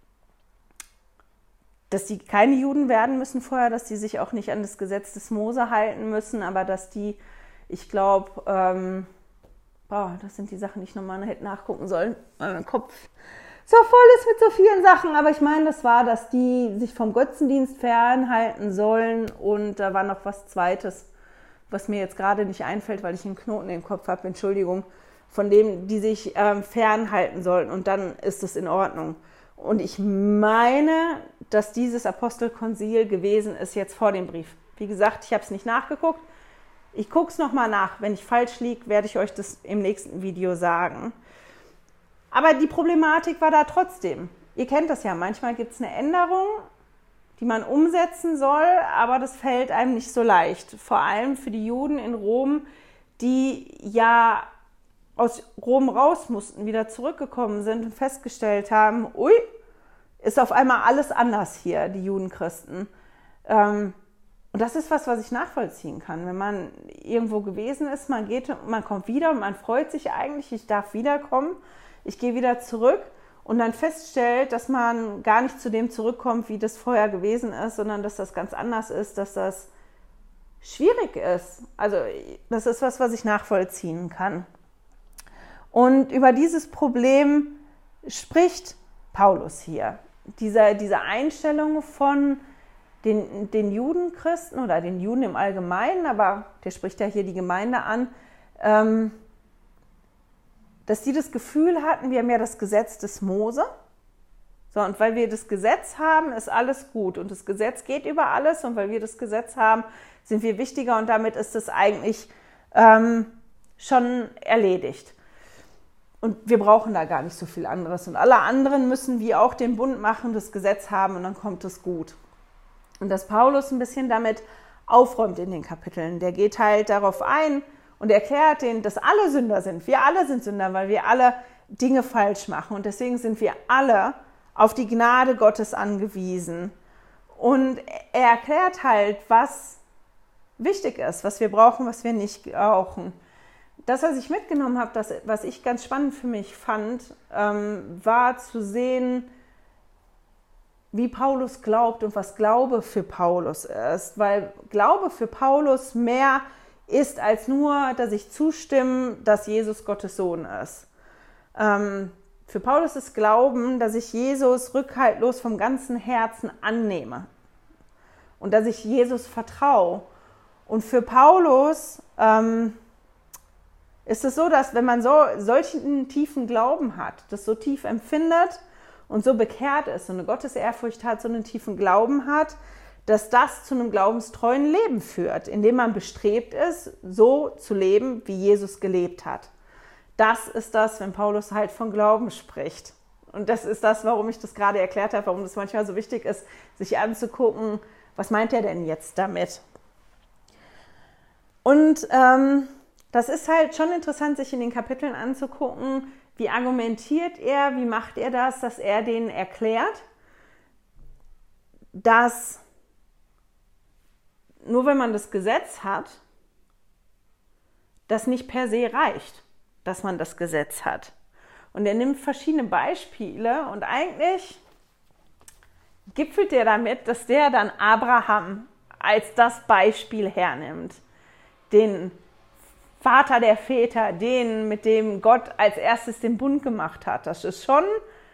dass die keine Juden werden müssen vorher, dass die sich auch nicht an das Gesetz des Mose halten müssen, aber dass die, ich glaube, ähm, oh, das sind die Sachen, die ich nochmal hätte nachgucken sollen, weil mein Kopf so voll ist mit so vielen Sachen. Aber ich meine, das war, dass die sich vom Götzendienst fernhalten sollen. Und da war noch was Zweites, was mir jetzt gerade nicht einfällt, weil ich einen Knoten im Kopf habe, Entschuldigung, von dem, die sich ähm, fernhalten sollten. Und dann ist es in Ordnung. Und ich meine, dass dieses Apostelkonzil gewesen ist jetzt vor dem Brief. Wie gesagt, ich habe es nicht nachgeguckt. Ich gucke es nochmal nach. Wenn ich falsch liege, werde ich euch das im nächsten Video sagen. Aber die Problematik war da trotzdem. Ihr kennt das ja, manchmal gibt es eine Änderung, die man umsetzen soll, aber das fällt einem nicht so leicht. Vor allem für die Juden in Rom, die ja aus Rom raus mussten, wieder zurückgekommen sind und festgestellt haben, ui, ist auf einmal alles anders hier, die Judenchristen. Ähm, und das ist was, was ich nachvollziehen kann. Wenn man irgendwo gewesen ist, man geht, man kommt wieder und man freut sich eigentlich, ich darf wiederkommen, ich gehe wieder zurück und dann feststellt, dass man gar nicht zu dem zurückkommt, wie das vorher gewesen ist, sondern dass das ganz anders ist, dass das schwierig ist. Also das ist was, was ich nachvollziehen kann. Und über dieses Problem spricht Paulus hier. Diese, diese Einstellung von den, den Judenchristen oder den Juden im Allgemeinen, aber der spricht ja hier die Gemeinde an, ähm, dass die das Gefühl hatten, wir haben ja das Gesetz des Mose. So, und weil wir das Gesetz haben, ist alles gut. Und das Gesetz geht über alles. Und weil wir das Gesetz haben, sind wir wichtiger. Und damit ist es eigentlich ähm, schon erledigt. Und wir brauchen da gar nicht so viel anderes. Und alle anderen müssen wie auch den Bund machen, das Gesetz haben und dann kommt es gut. Und dass Paulus ein bisschen damit aufräumt in den Kapiteln. Der geht halt darauf ein und erklärt denen, dass alle Sünder sind. Wir alle sind Sünder, weil wir alle Dinge falsch machen. Und deswegen sind wir alle auf die Gnade Gottes angewiesen. Und er erklärt halt, was wichtig ist, was wir brauchen, was wir nicht brauchen. Das, was ich mitgenommen habe, das, was ich ganz spannend für mich fand, ähm, war zu sehen, wie Paulus glaubt und was Glaube für Paulus ist. Weil Glaube für Paulus mehr ist als nur, dass ich zustimme, dass Jesus Gottes Sohn ist. Ähm, für Paulus ist Glauben, dass ich Jesus rückhaltlos vom ganzen Herzen annehme und dass ich Jesus vertraue. Und für Paulus ähm, ist es so, dass wenn man so solchen tiefen Glauben hat, das so tief empfindet und so bekehrt ist, so eine Gottesehrfurcht hat, so einen tiefen Glauben hat, dass das zu einem glaubenstreuen Leben führt, indem man bestrebt ist, so zu leben, wie Jesus gelebt hat. Das ist das, wenn Paulus halt von Glauben spricht. Und das ist das, warum ich das gerade erklärt habe, warum es manchmal so wichtig ist, sich anzugucken, was meint er denn jetzt damit? Und ähm, das ist halt schon interessant, sich in den Kapiteln anzugucken, wie argumentiert er, wie macht er das, dass er denen erklärt, dass nur wenn man das Gesetz hat, das nicht per se reicht, dass man das Gesetz hat. Und er nimmt verschiedene Beispiele und eigentlich gipfelt er damit, dass der dann Abraham als das Beispiel hernimmt. Den Vater der Väter, den, mit dem Gott als erstes den Bund gemacht hat. Das ist schon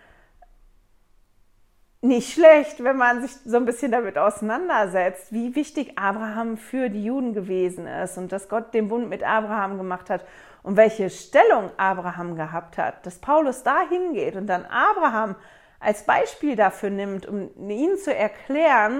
nicht schlecht, wenn man sich so ein bisschen damit auseinandersetzt, wie wichtig Abraham für die Juden gewesen ist und dass Gott den Bund mit Abraham gemacht hat und welche Stellung Abraham gehabt hat. Dass Paulus da hingeht und dann Abraham als Beispiel dafür nimmt, um ihnen zu erklären,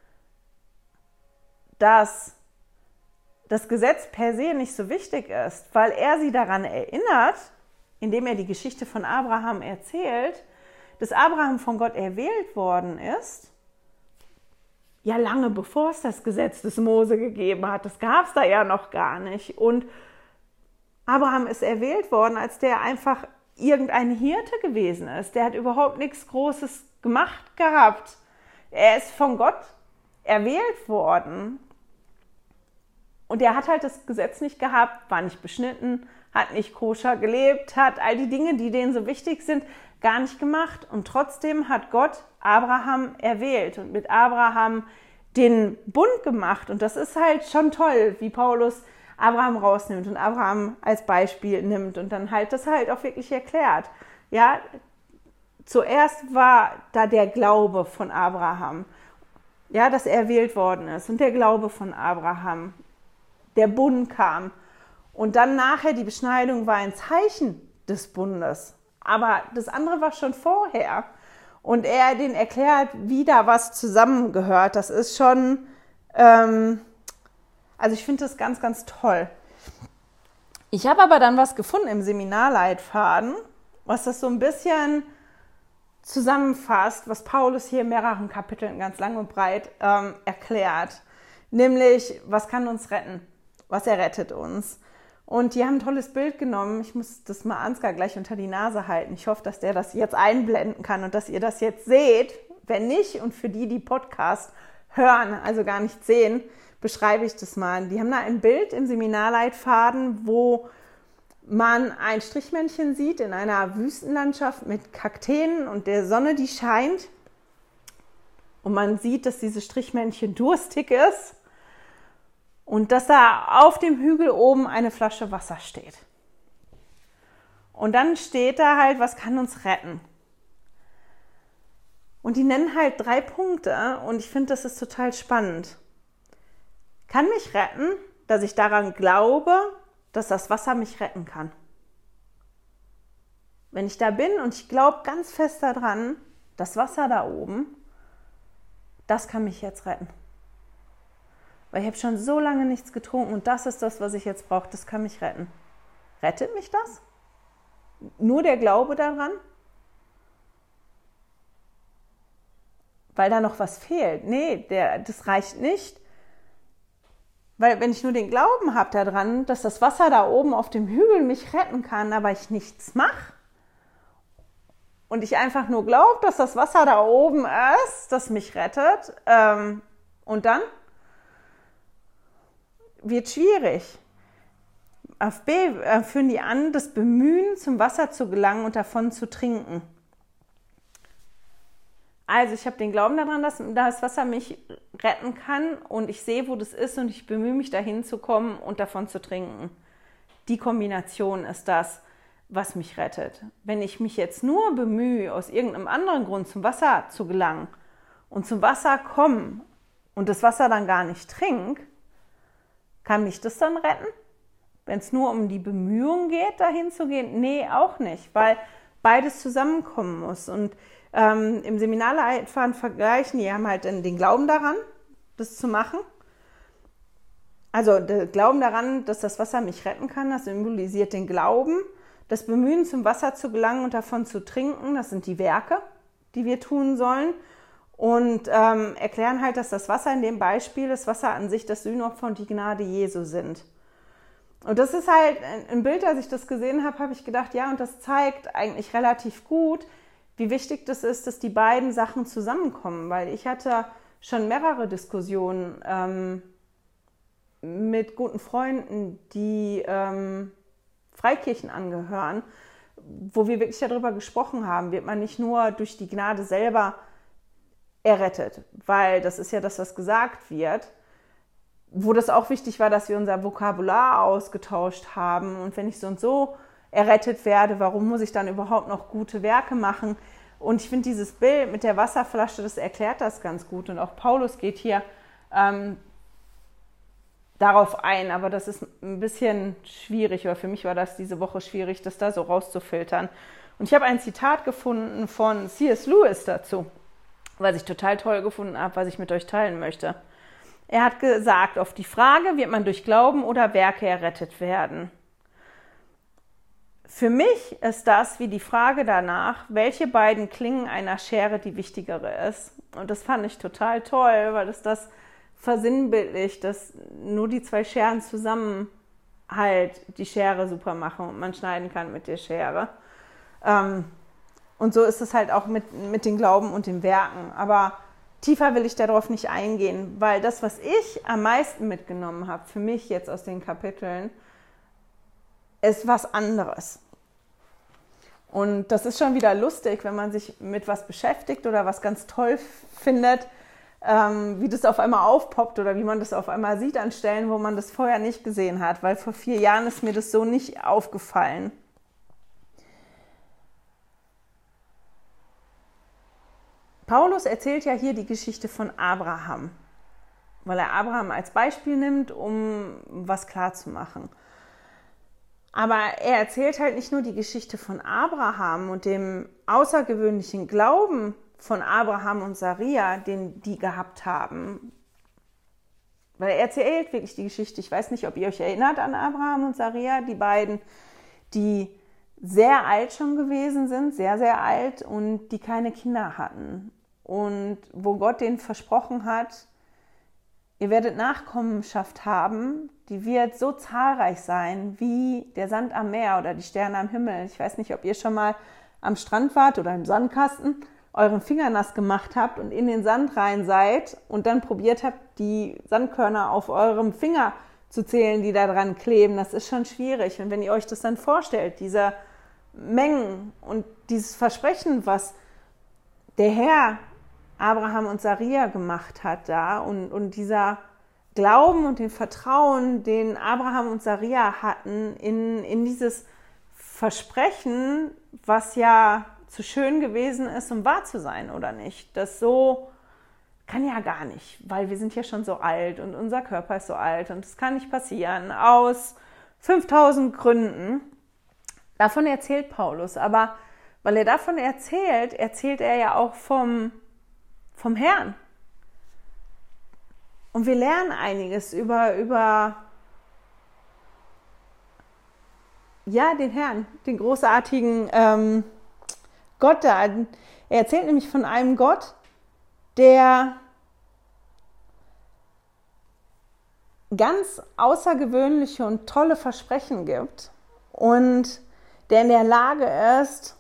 dass das Gesetz per se nicht so wichtig ist, weil er sie daran erinnert, indem er die Geschichte von Abraham erzählt, dass Abraham von Gott erwählt worden ist, ja lange bevor es das Gesetz des Mose gegeben hat. Das gab es da ja noch gar nicht. Und Abraham ist erwählt worden, als der einfach irgendein Hirte gewesen ist. Der hat überhaupt nichts Großes gemacht gehabt. Er ist von Gott erwählt worden. Und er hat halt das Gesetz nicht gehabt, war nicht beschnitten, hat nicht koscher gelebt, hat all die Dinge, die denen so wichtig sind, gar nicht gemacht. Und trotzdem hat Gott Abraham erwählt und mit Abraham den Bund gemacht. Und das ist halt schon toll, wie Paulus Abraham rausnimmt und Abraham als Beispiel nimmt und dann halt das halt auch wirklich erklärt. Ja, zuerst war da der Glaube von Abraham, ja, dass er erwählt worden ist und der Glaube von Abraham, der Bund kam und dann nachher die Beschneidung war ein Zeichen des Bundes, aber das andere war schon vorher und er den erklärt, wie da was zusammengehört, das ist schon, ähm, also ich finde das ganz, ganz toll. Ich habe aber dann was gefunden im Seminarleitfaden, was das so ein bisschen zusammenfasst, was Paulus hier in mehreren Kapiteln ganz lang und breit ähm, erklärt. Nämlich, was kann uns retten? Was errettet uns? Und die haben ein tolles Bild genommen. Ich muss das mal Ansgar gleich unter die Nase halten. Ich hoffe, dass der das jetzt einblenden kann und dass ihr das jetzt seht. Wenn nicht, und für die, die Podcast hören, also gar nicht sehen, beschreibe ich das mal. Die haben da ein Bild im Seminarleitfaden, wo man ein Strichmännchen sieht in einer Wüstenlandschaft mit Kakteen und der Sonne, die scheint. Und man sieht, dass dieses Strichmännchen durstig ist und dass da auf dem Hügel oben eine Flasche Wasser steht. Und dann steht da halt, was kann uns retten? Und die nennen halt drei Punkte und ich finde, das ist total spannend. Kann mich retten, dass ich daran glaube, dass das Wasser mich retten kann. Wenn ich da bin und ich glaube ganz fest daran, das Wasser da oben, das kann mich jetzt retten. Weil ich habe schon so lange nichts getrunken und das ist das, was ich jetzt brauche, das kann mich retten. Rettet mich das? Nur der Glaube daran? Weil da noch was fehlt. Nee, der, das reicht nicht. Weil wenn ich nur den Glauben habe daran, dass das Wasser da oben auf dem Hügel mich retten kann, aber ich nichts mache und ich einfach nur glaube, dass das Wasser da oben ist, das mich rettet, ähm, und dann wird schwierig. Auf B äh, führen die an, das Bemühen, zum Wasser zu gelangen und davon zu trinken. Also ich habe den Glauben daran, dass das Wasser mich retten kann und ich sehe, wo das ist und ich bemühe mich, dahin zu kommen und davon zu trinken. Die Kombination ist das, was mich rettet. Wenn ich mich jetzt nur bemühe, aus irgendeinem anderen Grund zum Wasser zu gelangen und zum Wasser komme und das Wasser dann gar nicht trinke, kann mich das dann retten? Wenn es nur um die Bemühungen geht, dahin zu gehen? Nee, auch nicht, weil beides zusammenkommen muss. Und ähm, im Seminarleitfaden vergleichen, die haben halt den Glauben daran, das zu machen. Also der Glauben daran, dass das Wasser mich retten kann, das symbolisiert den Glauben. Das Bemühen, zum Wasser zu gelangen und davon zu trinken, das sind die Werke, die wir tun sollen. Und ähm, erklären halt, dass das Wasser in dem Beispiel, das Wasser an sich, das Sühnopfer und die Gnade Jesu sind. Und das ist halt ein Bild, als ich das gesehen habe, habe ich gedacht, ja, und das zeigt eigentlich relativ gut, wie wichtig das ist, dass die beiden Sachen zusammenkommen. Weil ich hatte schon mehrere Diskussionen ähm, mit guten Freunden, die ähm, Freikirchen angehören, wo wir wirklich darüber gesprochen haben, wird man nicht nur durch die Gnade selber errettet, weil das ist ja das, was gesagt wird, wo das auch wichtig war, dass wir unser Vokabular ausgetauscht haben und wenn ich so und so errettet werde, warum muss ich dann überhaupt noch gute Werke machen? Und ich finde dieses Bild mit der Wasserflasche, das erklärt das ganz gut und auch Paulus geht hier ähm, darauf ein, aber das ist ein bisschen schwierig, oder für mich war das diese Woche schwierig, das da so rauszufiltern. Und ich habe ein Zitat gefunden von C S Lewis dazu, was ich total toll gefunden habe, was ich mit euch teilen möchte. Er hat gesagt, auf die Frage, wird man durch Glauben oder Werke errettet werden? Für mich ist das wie die Frage danach, welche beiden Klingen einer Schere die wichtigere ist. Und das fand ich total toll, weil es das versinnbildlicht, dass nur die zwei Scheren zusammen halt die Schere super machen und man schneiden kann mit der Schere. Ähm, und so ist es halt auch mit, mit den Glauben und den Werken. Aber tiefer will ich darauf nicht eingehen, weil das, was ich am meisten mitgenommen habe, für mich jetzt aus den Kapiteln, ist was anderes. Und das ist schon wieder lustig, wenn man sich mit was beschäftigt oder was ganz toll findet, ähm, wie das auf einmal aufpoppt oder wie man das auf einmal sieht an Stellen, wo man das vorher nicht gesehen hat, weil vor vier Jahren ist mir das so nicht aufgefallen. Paulus erzählt ja hier die Geschichte von Abraham, weil er Abraham als Beispiel nimmt, um was klarzumachen. Aber er erzählt halt nicht nur die Geschichte von Abraham und dem außergewöhnlichen Glauben von Abraham und Saria, den die gehabt haben. Weil er erzählt wirklich die Geschichte. Ich weiß nicht, ob ihr euch erinnert an Abraham und Saria, die beiden, die sehr alt schon gewesen sind, sehr, sehr alt und die keine Kinder hatten. Und wo Gott denen versprochen hat, ihr werdet Nachkommenschaft haben, die wird so zahlreich sein wie der Sand am Meer oder die Sterne am Himmel. Ich weiß nicht, ob ihr schon mal am Strand wart oder im Sandkasten, euren Finger nass gemacht habt und in den Sand rein seid und dann probiert habt, die Sandkörner auf eurem Finger zu zählen, die da dran kleben. Das ist schon schwierig. Und wenn ihr euch das dann vorstellt, diese Mengen und dieses Versprechen, was der Herr Abraham und Saria gemacht hat da und, und dieser Glauben und den Vertrauen, den Abraham und Saria hatten in, in dieses Versprechen, was ja zu schön gewesen ist, um wahr zu sein, oder nicht? Das so kann ja gar nicht, weil wir sind ja schon so alt und unser Körper ist so alt und das kann nicht passieren, aus fünftausend Gründen. Davon erzählt Paulus, aber weil er davon erzählt, erzählt er ja auch vom, vom Herrn. Und wir lernen einiges über, über ja, den Herrn, den großartigen ähm, Gott da. Er erzählt nämlich von einem Gott, der ganz außergewöhnliche und tolle Versprechen gibt und der in der Lage ist,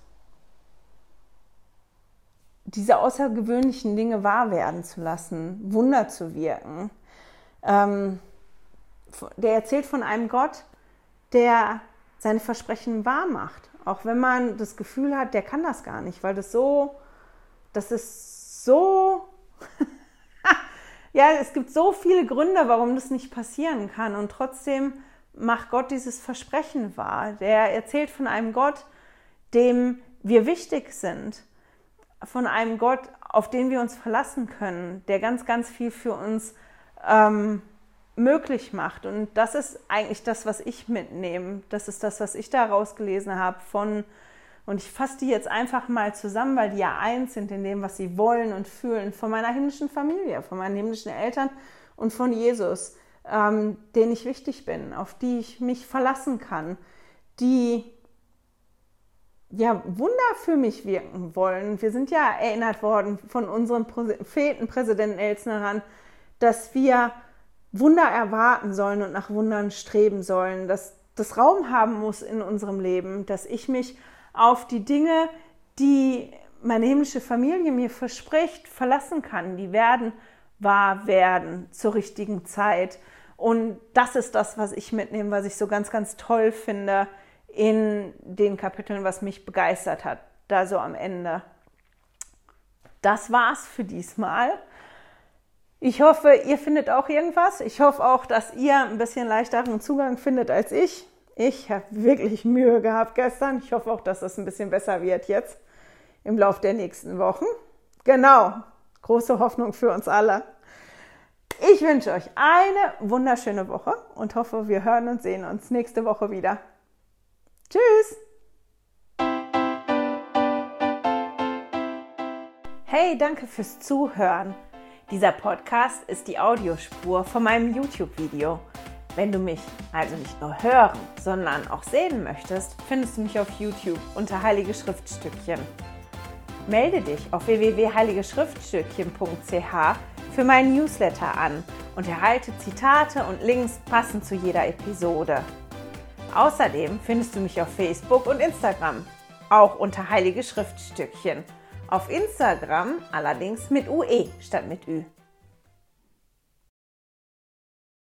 diese außergewöhnlichen Dinge wahr werden zu lassen, Wunder zu wirken. Ähm, der erzählt von einem Gott, der seine Versprechen wahr macht. Auch wenn man das Gefühl hat, der kann das gar nicht, weil das so, das ist so, ja, es gibt so viele Gründe, warum das nicht passieren kann. Und trotzdem macht Gott dieses Versprechen wahr. Der erzählt von einem Gott, dem wir wichtig sind. Von einem Gott, auf den wir uns verlassen können, der ganz, ganz viel für uns ähm, möglich macht. Und das ist eigentlich das, was ich mitnehme. Das ist das, was ich da rausgelesen habe von, und ich fasse die jetzt einfach mal zusammen, weil die ja eins sind in dem, was sie wollen und fühlen, von meiner himmlischen Familie, von meinen himmlischen Eltern und von Jesus, ähm, denen ich wichtig bin, auf die ich mich verlassen kann, die ja, Wunder für mich wirken wollen. Wir sind ja erinnert worden von unserem Propheten, Präsident Nelson, daran, dass wir Wunder erwarten sollen und nach Wundern streben sollen, dass das Raum haben muss in unserem Leben, dass ich mich auf die Dinge, die meine himmlische Familie mir verspricht, verlassen kann. Die werden wahr werden zur richtigen Zeit. Und das ist das, was ich mitnehme, was ich so ganz, ganz toll finde in den Kapiteln, was mich begeistert hat, da so am Ende. Das war's für diesmal. Ich hoffe, ihr findet auch irgendwas. Ich hoffe auch, dass ihr ein bisschen leichteren Zugang findet als ich. Ich habe wirklich Mühe gehabt gestern. Ich hoffe auch, dass das ein bisschen besser wird jetzt im Laufe der nächsten Wochen. Genau, große Hoffnung für uns alle. Ich wünsche euch eine wunderschöne Woche und hoffe, wir hören und sehen uns nächste Woche wieder. Tschüss! Hey, danke fürs Zuhören. Dieser Podcast ist die Audiospur von meinem YouTube-Video. Wenn du mich also nicht nur hören, sondern auch sehen möchtest, findest du mich auf YouTube unter Heilige Schriftstückchen. Melde dich auf w w w punkt heilige schriftstückchen punkt c h für meinen Newsletter an und erhalte Zitate und Links passend zu jeder Episode. Außerdem findest du mich auf Facebook und Instagram, auch unter Heilige Schriftstückchen. Auf Instagram allerdings mit U E statt mit Ü.